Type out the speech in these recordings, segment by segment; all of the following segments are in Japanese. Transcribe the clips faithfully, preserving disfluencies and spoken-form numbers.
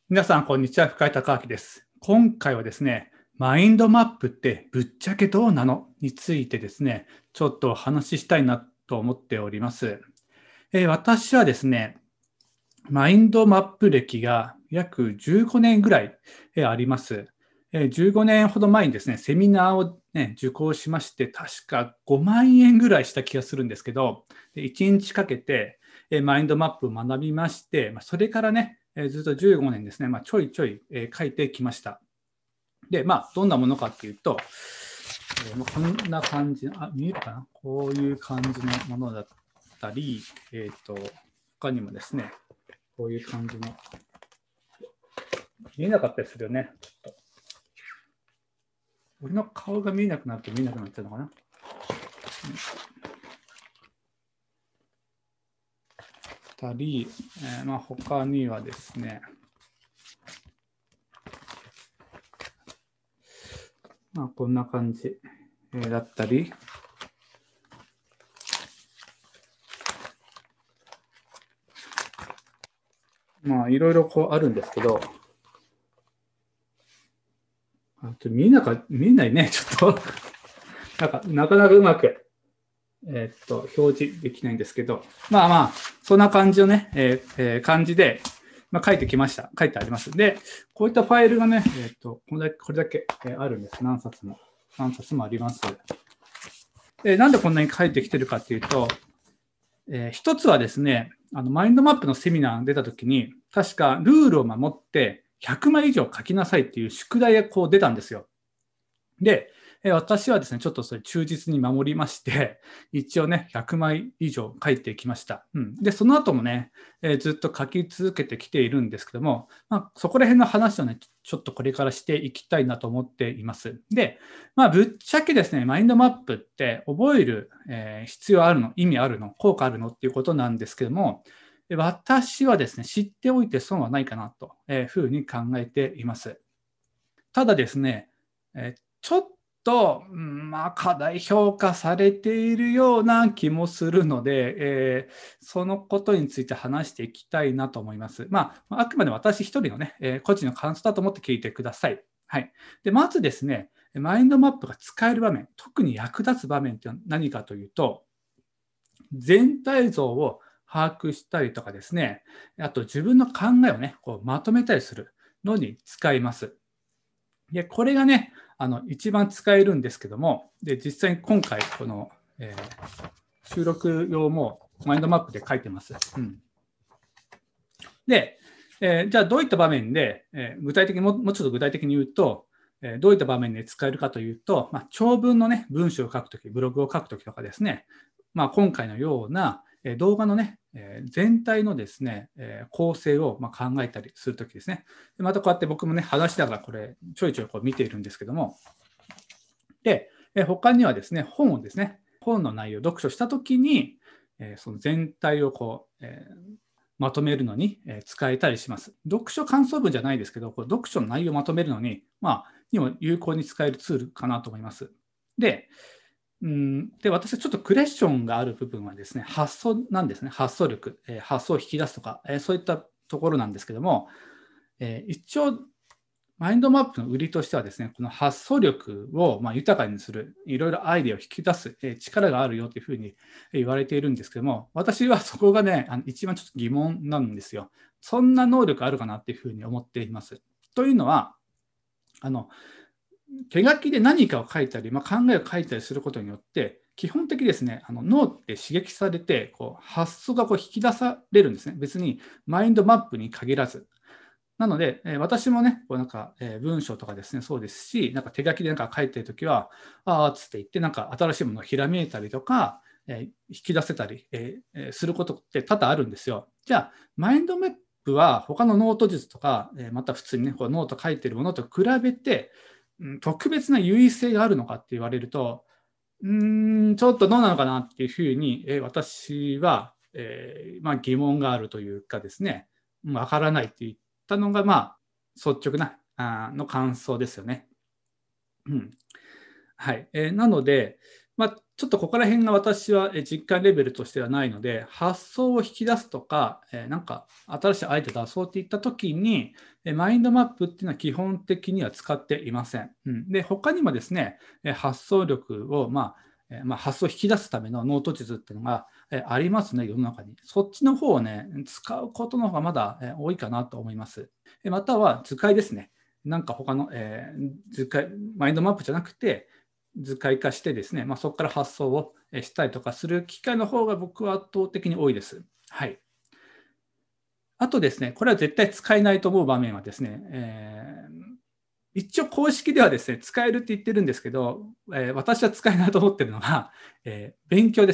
皆さん、こんにちは。深井孝明です。今回はですね、マインドマップってぶっちゃけどうなのについてですね、ちょっとお話ししたいなと思っております。えー私はですね、マインドマップ歴が約じゅうごねんぐらいえーあります。えーじゅうごねんほど前にですね、セミナーを、ね、受講しまして、確かごまんえんぐらいした気がするんですけど、でいちにちかけてえーマインドマップを学びまして、まあそれからね、えーずっとじゅうごねんですね、まあ、ちょいちょいえー書いてきました。で、まあ、どんなものかっていうと、えーまあこんな感じ、あ、見えるかなこういう感じのものだったり、えっ、と、他にもですね、こういう感じの、見えなかったりするよね。ちょっと俺の顔が見えなくなって見えなくなっちゃうのかな。うんたり、えーまあ、他にはですね、まあ、こんな感じ、えーだったり、まあ、いろいろこうあるんですけど、あちょ見えなか見えないね、ちょっとなんか、なかなかうまく、えーっと、表示できないんですけど、まあまあ、そんな感じのね、えーえー感じで、まあ、書いてきました。書いてあります。で、こういったファイルがね、えーっと、これだけ、これだけえーあるんです。何冊も。何冊もあります。で、なんでこんなに書いてきてるかっていうと、えー一つはですね、あの、マインドマップのセミナーが出たときに、確かルールを守ってひゃくまい以上書きなさいっていう宿題がこう出たんですよ。で、え私はですね、ちょっとそれ忠実に守りまして、一応ね、ひゃくまい以上書いてきました。うん、で、その後もね、えーずっと書き続けてきているんですけども、まあ、そこら辺の話をね、ちょっとこれからしていきたいなと思っています。で、まあ、ぶっちゃけですね、マインドマップって覚える、えー必要あるの、意味あるの、効果あるのっていうことなんですけども、私はですね、知っておいて損はないかなというふうに考えています。ただですね、えちょっと、うんまあ、過大評価されているような気もするので、えーそのことについて話していきたいなと思います。まあ、あくまで私一人のね、えー個人の感想だと思って聞いてください。はい。で、まずですね、マインドマップが使える場面、特に役立つ場面って何かというと、全体像を把握したりとかですね、あと自分の考えをね、こうまとめたりするのに使います。で、これがね、あの一番使えるんですけども、で実際に今回、この、えー収録用もマインドマップで書いてます。うん、で、えーじゃあどういった場面で、えー具体的にも、もうちょっと具体的に言うと、えーどういった場面で使えるかというと、まあ、長文のね、文章を書くとき、ブログを書くときとかですね、まあ、今回のような、えー動画のね、えー全体のですね、えー構成をまあ考えたりするときですね。でまたこうやって僕もね、話しながらこれ、ちょいちょいこう見ているんですけども、で、えー他にはですね、本をですね、本の内容を読書したときに、えーその全体をこう、えーまとめるのにえー使えたりします。読書感想文じゃないですけど、こう読書の内容をまとめるのに、まあ、にも有効に使えるツールかなと思います。で、うんで私はちょっとクエスチョンがある部分はですね、発想なんですね。発想力、えー発想を引き出すとか、えーそういったところなんですけども、えー一応、マインドマップの売りとしてはですね、この発想力をまあ豊かにする、いろいろアイデアを引き出す、えー力があるよというふうに言われているんですけども、私はそこがね、あの一番ちょっと疑問なんですよ。そんな能力あるかなっていうふうに思っています。というのは、あの手書きで何かを書いたり、まあ、考えを書いたりすることによって、基本的にですね、あの脳って刺激されて、こう発想がこう引き出されるんですね。別にマインドマップに限らず。なので、えー私もね、こうなんか、えー文章とかですね、そうですし、なんか手書きでなんか書いてるときは、ああ、つって言って、なんか新しいものをひらめいたりとか、えー引き出せたり、えーえーすることって多々あるんですよ。じゃあ、マインドマップは他のノート術とか、えーまた普通にね、こうノート書いてるものと比べて、うん、特別な優位性があるのかって言われると、うーん、ちょっとどうなのかなっていうふうに、えー私は、えーまあ、疑問があるというかですね、わからないって言ったのが、まあ、率直なあの感想ですよね。うん。はい。えーなので、 まあ、ちょっとここら辺が私は実感レベルとしてはないので、発想を引き出すとか、えーなんか新しいアイデア出そうっていったときに、えーマインドマップっていうのは基本的には使っていません。うん、で、他にもですね、えー発想力を、まあえーまあ、発想を引き出すためのノート術っていうのが、えーありますね、世の中に。そっちの方をね、使うことの方がまだ、えー多いかなと思います。えーまたは図解ですね。なんか他の、えー図解、マインドマップじゃなくて、図解化してですね、まあ、そこから発想をしたりとかする機会の方が僕は圧倒的に多いです。はい。あとですね、これは絶対使えないと思う場面はですね、えー一応公式ではですね、使えるって言ってるんですけど、えー私は使えないと思ってるのが、えー勉強です。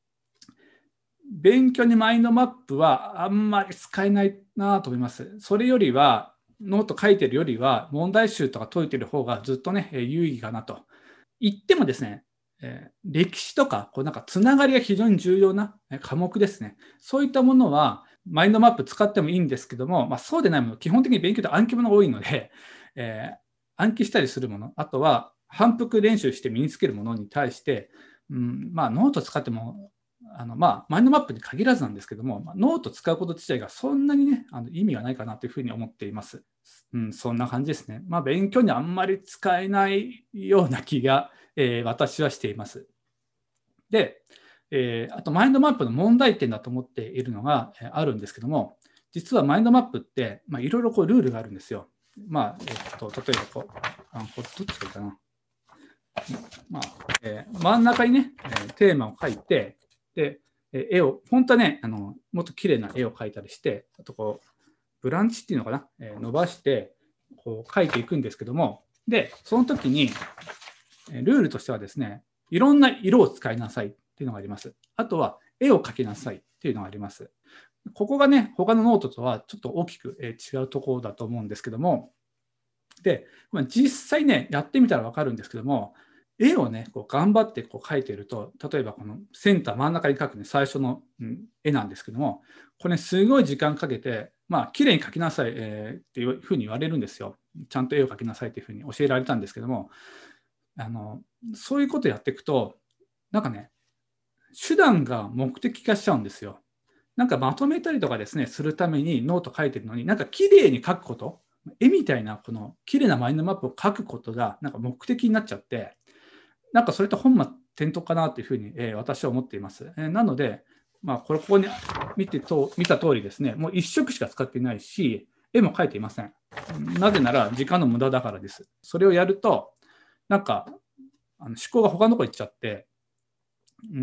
勉強にマインドマップはあんまり使えないなと思います。それよりは、ノート書いてるよりは、問題集とか解いてる方がずっとね、有意義かなと。言ってもですね、えー歴史とか、こうなんかつながりが非常に重要な科目ですね。そういったものは、マインドマップ使ってもいいんですけども、まあ、そうでないもの、基本的に勉強って暗記ものが多いので、えー暗記したりするもの、あとは反復練習して身につけるものに対して、うん、まあ、ノート使っても、あのまあ、マインドマップに限らずなんですけども、まあ、ノート使うこと自体がそんなにね、あの意味がないかなというふうに思っています。うん、そんな感じですね。まあ、勉強にあんまり使えないような気が、えー私はしています。で、えーあとマインドマップの問題点だと思っているのが、えーあるんですけども、実はマインドマップって、まあ、いろいろこうルールがあるんですよ。まあ、えっと、例えばこう、あこれどっちがいいかな。まあえー真ん中にね、えーテーマを書いて、で、えー絵を、本当はね、あのもっと綺麗な絵を描いたりして、あとこう、ブランチっていうのかな、えー伸ばして、こう描いていくんですけども、で、その時に、ルールとしてはですね、いろんな色を使いなさいっていうのがあります。あとは、絵を描きなさいっていうのがあります。ここがね、他のノートとはちょっと大きく違うところだと思うんですけども、で、実際ね、やってみたら分かるんですけども、絵をね、こう頑張ってこう描いていると、例えばこのセンター真ん中に描くね、最初の、うん、絵なんですけども、これ、ね、すごい時間かけて、まあ、綺麗に描きなさい、えー、っていうふうに言われるんですよ。ちゃんと絵を描きなさいっていうふうに教えられたんですけども、あのそういうことやっていくと、なんかね、手段が目的化しちゃうんですよ。なんかまとめたりとかですね、するためにノート書いてるのに、なんか綺麗に書くこと、絵みたいなこの綺麗なマインドマップを書くことがなんか目的になっちゃって、なんかそれと本末転倒かなというふうに、えー私は思っています。えーなので、まあ、これここに見てと見た通りですね、もう一色しか使っていないし、絵も描いていません。なぜなら時間の無駄だからです。それをやると、なんかあの思考が他のところ行っちゃって、うん、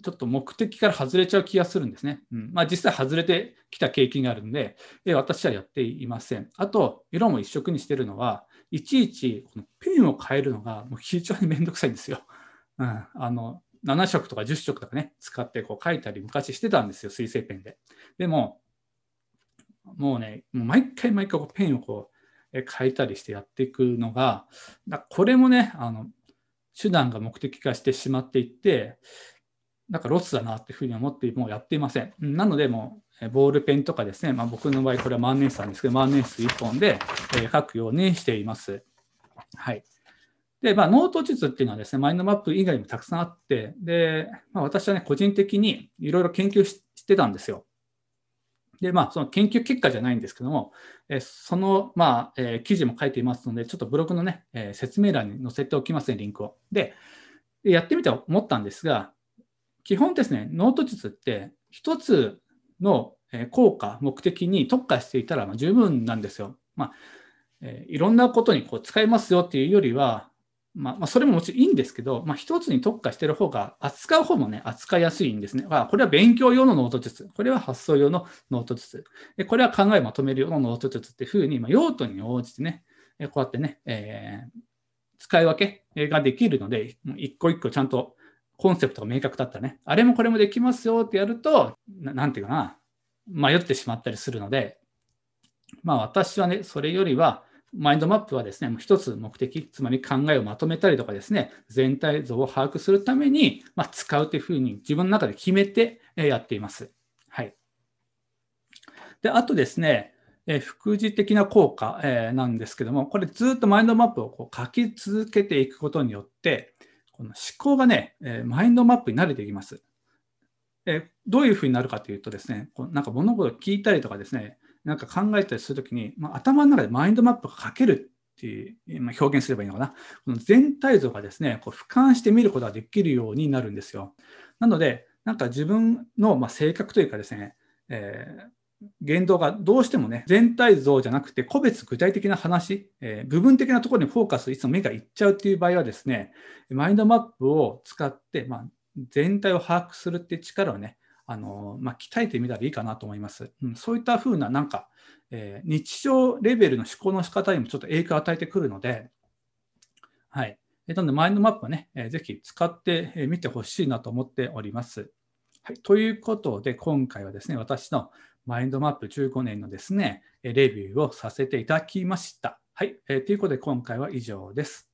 ちょっと目的から外れちゃう気がするんですね。うんまあ、実際外れてきた経験があるので、え私はやっていません。あと、色も一色にしてるのは、いちいちこのペンを変えるのがもう非常にめんどくさいんですよ。うん、あのなな色とかじゅっ色とかね、使ってこう書いたり昔してたんですよ、水性ペンで。でも、もうね、もう毎回毎回こうペンをこう変えたりしてやっていくのが、だこれもね、あの手段が目的化してしまっていって、なんかロスだなっていうふうに思ってもうやっていません。なので、もうボールペンとかですね、まあ、僕の場合これは万年筆なんですけど、万年筆いっぽんで書くようにしています。はい。で、まあ、ノート術っていうのはですね、マインドマップ以外にもたくさんあって、で、まあ、私はね、個人的にいろいろ研究してたんですよ。で、まあ、その研究結果じゃないんですけども、えその、まあ、えー記事も書いていますので、ちょっとブログのね、えー説明欄に載せておきますね、リンクを。で、やってみて思ったんですが、基本ですね、ノート術って一つの効果、目的に特化していたら十分なんですよ。まあえーいろんなことにこう使えますよっていうよりは、まあ、まあ、それももちろんいいんですけど、まあ、一つに特化している方が、扱う方もね、扱いやすいんですね。まあ、これは勉強用のノート術。これは発想用のノート術。でこれは考えまとめる用のノート術っていうふうに、まあ、用途に応じてね、こうやってね、えー、使い分けができるので、一個一個ちゃんとコンセプトが明確だったらね、あれもこれもできますよってやると、ななんていうかな、迷ってしまったりするので、まあ私はね、それよりは、マインドマップはですね、一つ目的、つまり考えをまとめたりとかですね、全体像を把握するために、まあ、使うというふうに自分の中で決めてやっています。はい。で、あとですね、え副次的な効果、えなんですけども、これずっとマインドマップをこう書き続けていくことによって、 この思考がね、えーマインドマップに慣れていきます。えーどういうふうになるかというとですね、こうなんか物事を聞いたりとかですね、なんか考えたりするときに、まあ、頭の中でマインドマップが書けるっていう、まあ、表現すればいいのかな。この全体像がですね、こう俯瞰して見ることができるようになるんですよ。なので、なんか自分のまあ性格というかですね、えー言動がどうしてもね、全体像じゃなくて、個別具体的な話、えー部分的なところにフォーカス、いつも目がいっちゃうっていう場合はですね、マインドマップを使って、まあ、全体を把握するっていう力をね、あのまあ、鍛えてみたらいいかなと思います。うん、そういったふうな、なんか、えー日常レベルの思考の仕方にもちょっと影響を与えてくるので、はい。えなので、マインドマップはね、えーぜひ使ってみてほしいなと思っております。はい。ということで、今回はですね、私のマインドマップじゅうごねんのですね、レビューをさせていただきました。はい。えーということで、今回は以上です。